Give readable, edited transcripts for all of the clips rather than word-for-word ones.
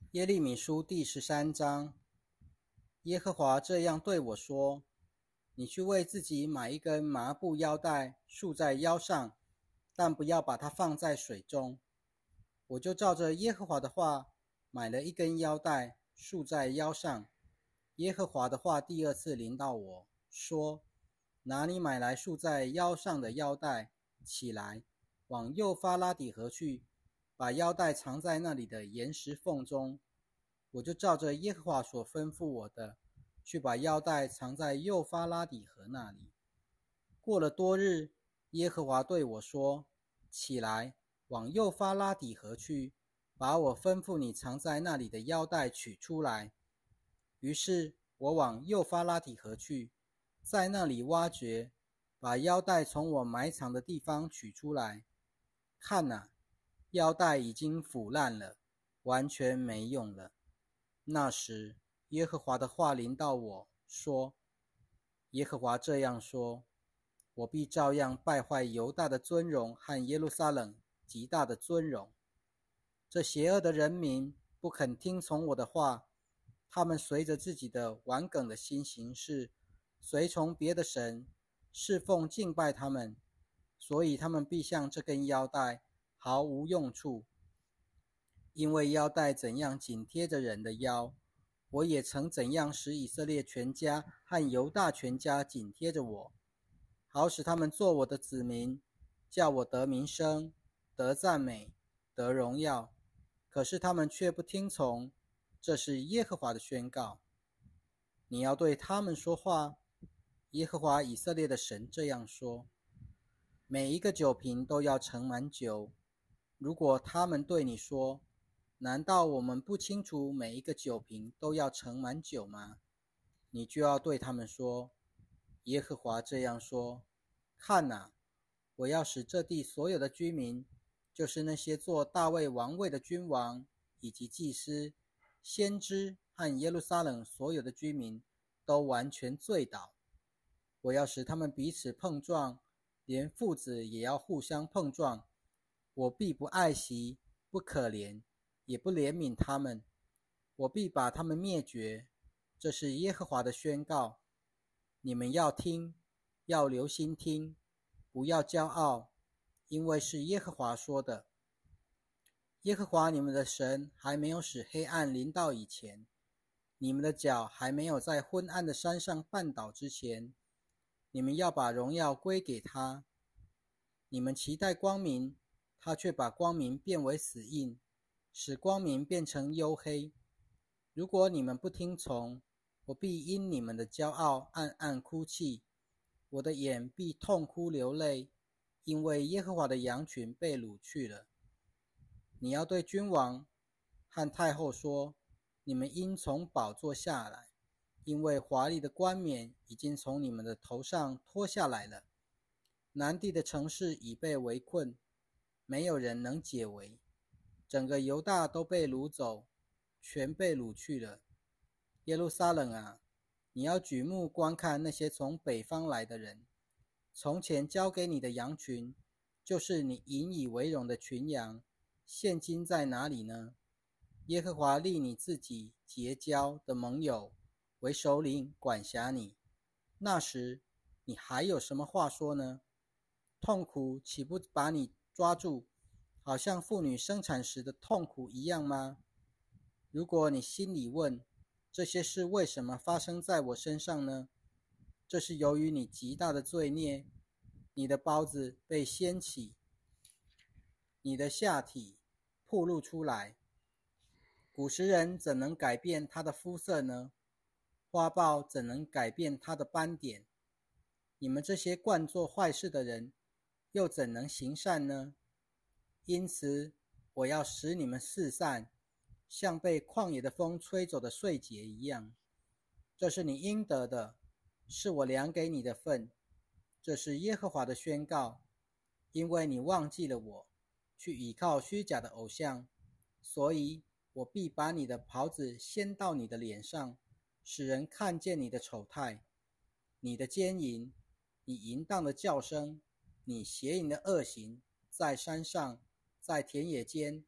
耶利米书第13章，耶和华这样对我说：你去为自己买一根麻布腰带，束在腰上，但不要把它放在水中。我就照着耶和华的话，买了一根腰带，束在腰上。耶和华的话第二次临到我说：拿你买来束在腰上的腰带，起来，往幼发拉底河去，把腰带藏在那里的岩石缝中。我就照着耶和华所吩咐我的，去把腰带藏在幼发拉底河那里。过了多日，耶和华对我说：起来，往幼发拉底河去，把我吩咐你藏在那里的腰带取出来。于是我往幼发拉底河去，在那里挖掘，把腰带从我埋藏的地方取出来。看哪，腰带已经腐烂了，完全没用了。那时，耶和华的话临到我说：耶和华这样说：我必照样败坏犹大的尊荣和耶路撒冷极大的尊荣。这邪恶的人民不肯听从我的话，他们随着自己的顽梗的心行事，随从别的神，侍奉敬拜他们，所以他们必像这根腰带，毫无用处。因为腰带怎样紧贴着人的腰，我也曾怎样使以色列全家和犹大全家紧贴着我，好使他们做我的子民，叫我得名声，得赞美，得荣耀。可是他们却不听从，这是耶和华的宣告。你要对他们说话，耶和华以色列的神这样说：每一个酒瓶都要盛满酒。如果他们对你说，难道我们不清楚每一个酒瓶都要盛满酒吗？你就要对他们说，耶和华这样说：看哪，我要使这地所有的居民，就是那些做大卫王位的君王，以及祭司、先知和耶路撒冷所有的居民，都完全醉倒。我要使他们彼此碰撞，连父子也要互相碰撞。我必不爱惜，不可怜，也不怜悯他们。我必把他们灭绝。这是耶和华的宣告。你们要听，要留心听，不要骄傲，因为是耶和华说的。耶和华你们的神还没有使黑暗临到以前，你们的脚还没有在昏暗的山上绊倒之前，你们要把荣耀归给他。你们期待光明，他却把光明变为死印，使光明变成黝黑。如果你们不听从，我必因你们的骄傲暗暗哭泣，我的眼必痛哭流泪，因为耶和华的羊群被掳去了。你要对君王和太后说，你们应从宝座下来，因为华丽的冠冕已经从你们的头上脱下来了。南地的城市已被围困，没有人能解围。整个犹大都被掳走，全被掳去了。耶路撒冷啊，你要举目观看那些从北方来的人。从前交给你的羊群，就是你引以为荣的群羊，现今在哪里呢？耶和华立你自己结交的盟友为首领，管辖你。那时，你还有什么话说呢？痛苦岂不把你抓住，好像妇女生产时的痛苦一样吗？如果你心里问，这些事为什么发生在我身上呢？这是由于你极大的罪孽，你的包子被掀起，你的下体暴露出来。古时人怎能改变他的肤色呢？花豹怎能改变他的斑点？你们这些惯做坏事的人，又怎能行善呢？因此，我要使你们四散，像被旷野的风吹走的碎秸一样。这是你应得的，是我量给你的份。这是耶和华的宣告。因为你忘记了我，去倚靠虚假的偶像，所以我必把你的袍子掀到你的脸上，使人看见你的丑态，你的奸淫，你淫荡的叫声，你邪淫的恶行，在山上，在田野间，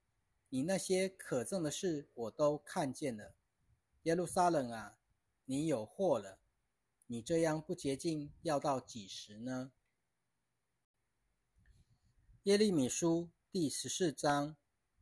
你那些可憎的事我都看见了。耶路撒冷啊，你有祸了！你这样不洁净要到几时呢？耶利米书第14章。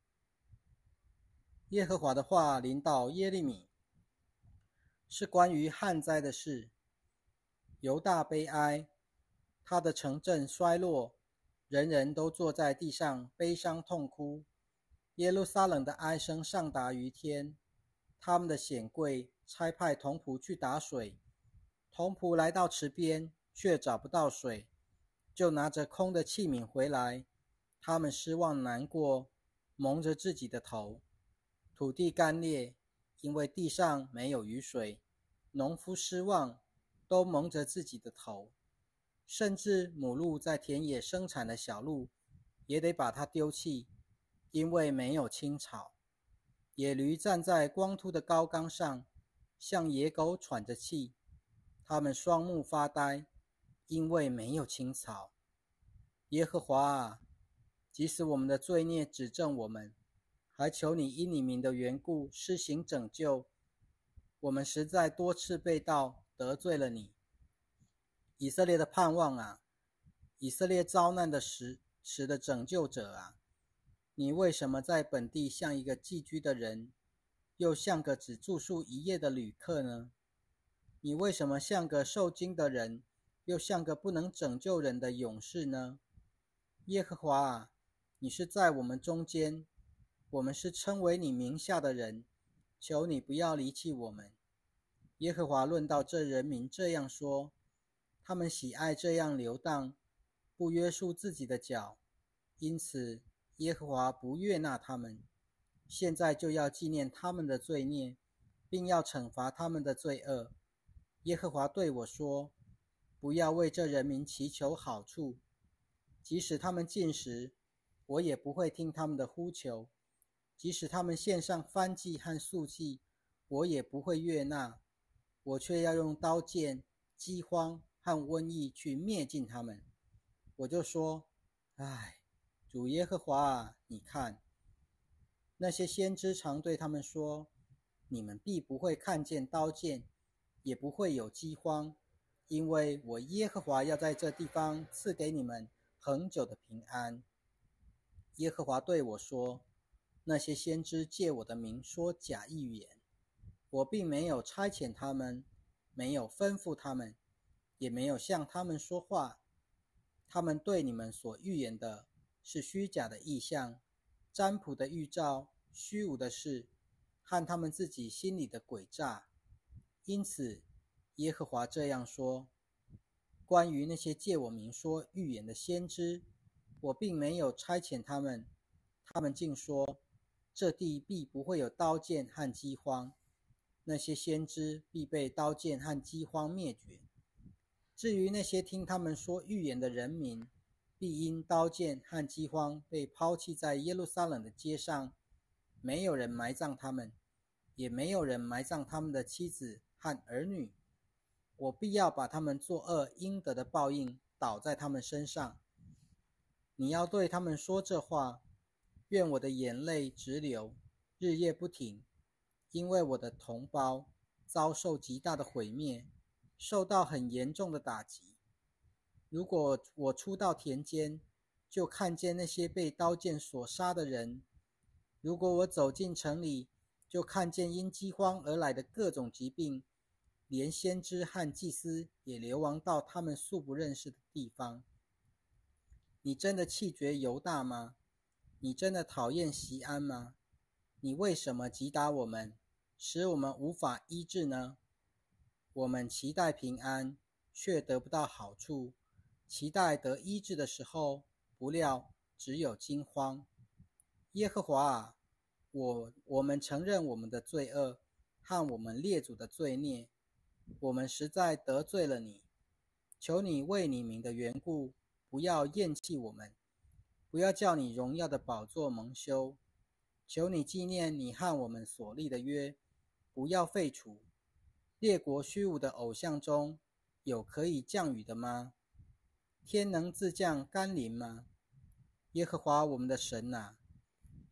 耶和华的话临到耶利米，是关于旱灾的事。犹大悲哀，他的城镇衰落，人人都坐在地上悲伤痛哭。耶路撒冷的哀声上达于天，他们的显贵差派童仆去打水，童仆来到池边，却找不到水，就拿着空的器皿回来。他们失望难过，蒙着自己的头。土地干裂，因为地上没有雨水。农夫失望，都蒙着自己的头。甚至母鹿在田野生产的小鹿，也得把它丢弃，因为没有青草。野驴站在光秃的高岗上，像野狗喘着气。它们双目发呆，因为没有青草。耶和华啊，即使我们的罪孽指证我们，还求你因你名的缘故施行拯救。我们实在多次背道，得罪了你。以色列的盼望啊，以色列遭难的时的拯救者啊，你为什么在本地像一个寄居的人，又像个只住宿一夜的旅客呢？你为什么像个受惊的人，又像个不能拯救人的勇士呢？耶和华啊，你是在我们中间，我们是称为你名下的人，求你不要离弃我们。耶和华论到这人民这样说，他们喜爱这样游荡，不约束自己的脚，因此耶和华不悦纳他们。现在就要纪念他们的罪孽，并要惩罚他们的罪恶。耶和华对我说，不要为这人民祈求好处，即使他们进食，我也不会听他们的呼求；即使他们献上燔祭和素祭，我也不会悦纳。我却要用刀剑、饥荒和瘟疫去灭尽他们。我就说，唉，主耶和华啊，你看。那些先知常对他们说，你们必不会看见刀剑，也不会有饥荒，因为我耶和华要在这地方赐给你们恒久的平安。耶和华对我说，那些先知借我的名说假预言，我并没有差遣他们，没有吩咐他们，也没有向他们说话。他们对你们所预言的是虚假的意象，占卜的预兆，虚无的事，和他们自己心里的诡诈。因此耶和华这样说，关于那些借我名说预言的先知，我并没有差遣他们，他们竟说，这地必不会有刀剑和饥荒，那些先知必被刀剑和饥荒灭绝。至于那些听他们说预言的人民，必因刀剑和饥荒被抛弃在耶路撒冷的街上，没有人埋葬他们，也没有人埋葬他们的妻子和儿女。我必要把他们作恶应得的报应倒在他们身上。你要对他们说这话，愿我的眼泪直流，日夜不停，因为我的同胞遭受极大的毁灭，受到很严重的打击。如果我出到田间，就看见那些被刀剑所杀的人；如果我走进城里，就看见因饥荒而来的各种疾病，连先知和祭司也流亡到他们素不认识的地方。你真的弃绝犹大吗？你真的讨厌锡安吗？你为什么击打我们，使我们无法医治呢？我们期待平安，却得不到好处；期待得医治的时候，不料只有惊慌。耶和华啊，我们承认我们的罪恶和我们列祖的罪孽，我们实在得罪了你。求你为你名的缘故，不要厌弃我们，不要叫你荣耀的宝座蒙羞。求你纪念你和我们所立的约，不要废除。列国虚无的偶像中，有可以降雨的吗？天能自降甘霖吗？耶和华我们的神啊，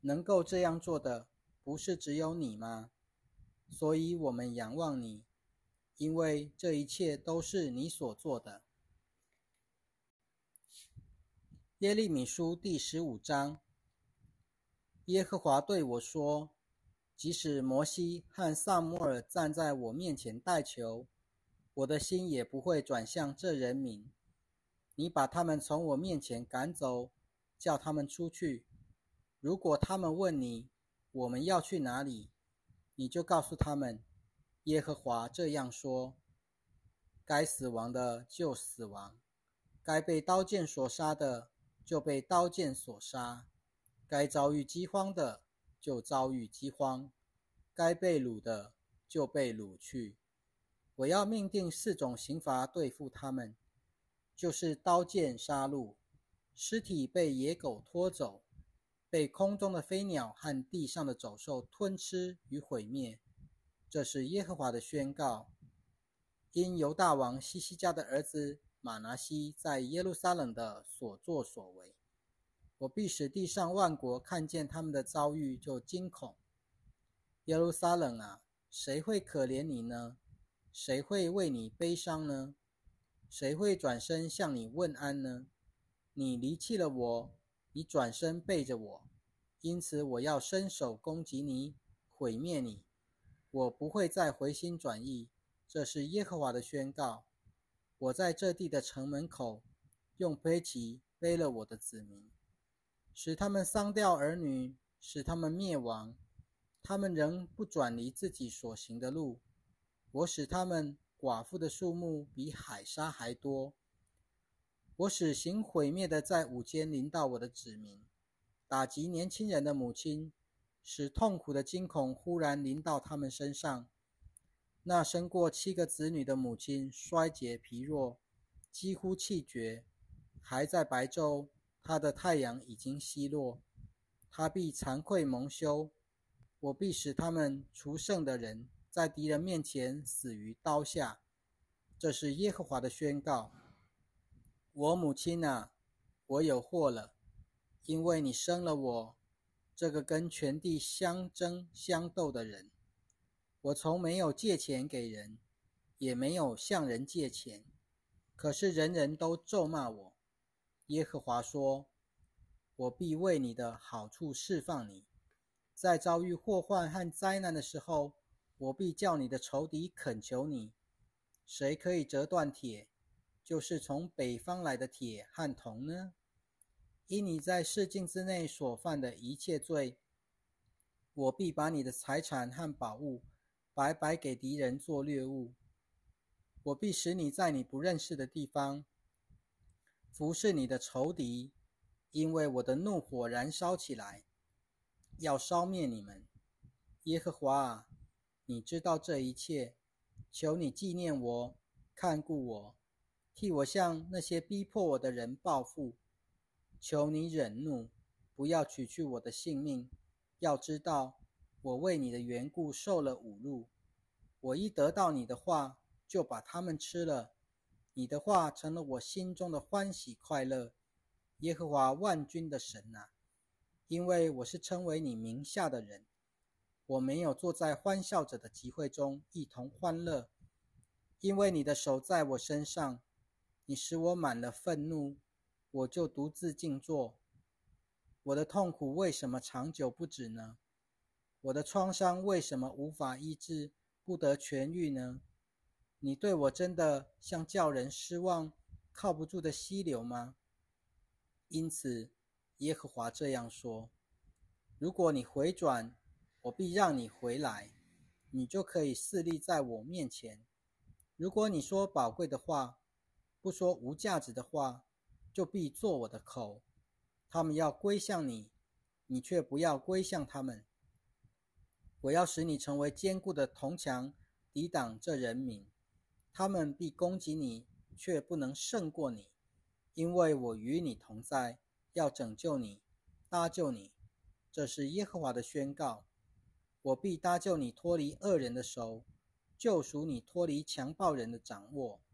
能够这样做的，不是只有你吗？所以我们仰望你，因为这一切都是你所做的。耶利米书第15章，耶和华对我说，即使摩西和撒母耳站在我面前代求，我的心也不会转向这人民。你把他们从我面前赶走，叫他们出去。如果他们问你，我们要去哪里？你就告诉他们，耶和华这样说，该死亡的就死亡，该被刀剑所杀的就被刀剑所杀，该遭遇饥荒的就遭遇饥荒，该被掳的就被掳去。我要命定4种刑罚对付他们，就是刀剑杀戮，尸体被野狗拖走，被空中的飞鸟和地上的走兽吞吃与毁灭。这是耶和华的宣告。因犹大王西西家的儿子马拿西在耶路撒冷的所作所为，我必使地上万国看见他们的遭遇就惊恐。耶路撒冷啊，谁会可怜你呢？谁会为你悲伤呢？谁会转身向你问安呢？你离弃了我，你转身背着我，因此我要伸手攻击你，毁灭你。我不会再回心转意，这是耶和华的宣告。我在这地的城门口，用背旗背了我的子民，使他们丧掉儿女，使他们灭亡。他们仍不转离自己所行的路，我使他们寡妇的数目比海沙还多。我使行毁灭的在午间临到我的子民，打击年轻人的母亲，使痛苦的惊恐忽然临到他们身上。那生过7个子女的母亲衰竭疲弱，几乎气绝，还在白昼，她的太阳已经西落，她必惭愧蒙羞。我必使他们除圣的人在敌人面前死于刀下。这是耶和华的宣告。我母亲啊，我有祸了，因为你生了我，这个跟全地相争相斗的人。我从没有借钱给人，也没有向人借钱，可是人人都咒骂我。耶和华说，我必为你的好处释放你，在遭遇祸患和灾难的时候，我必叫你的仇敌恳求你。谁可以折断铁，就是从北方来的铁和铜呢？因你在世境之内所犯的一切罪，我必把你的财产和宝物白白给敌人做掠物。我必使你在你不认识的地方服侍你的仇敌，因为我的怒火燃烧起来，要烧灭你们。耶和华啊，你知道这一切，求你纪念我，看顾我，替我向那些逼迫我的人报复。求你忍怒，不要取去我的性命。要知道，我为你的缘故受了侮辱。我一得到你的话，就把它们吃了。你的话成了我心中的欢喜快乐。耶和华万军的神啊，因为我是称为你名下的人，我没有坐在欢笑者的集会中一同欢乐。因为你的手在我身上，你使我满了愤怒，我就独自静坐。我的痛苦为什么长久不止呢？我的创伤为什么无法医治，不得痊愈呢？你对我真的像叫人失望、靠不住的溪流吗？因此，耶和华这样说：如果你回转，我必让你回来，你就可以侍立在我面前。如果你说宝贵的话，不说无价值的话，就必做我的口。他们要归向你，你却不要归向他们。我要使你成为坚固的铜墙，抵挡这人民。他们必攻击你，却不能胜过你，因为我与你同在，要拯救你，搭救你。这是耶和华的宣告。我必搭救你脱离恶人的手，救赎你脱离强暴人的掌握。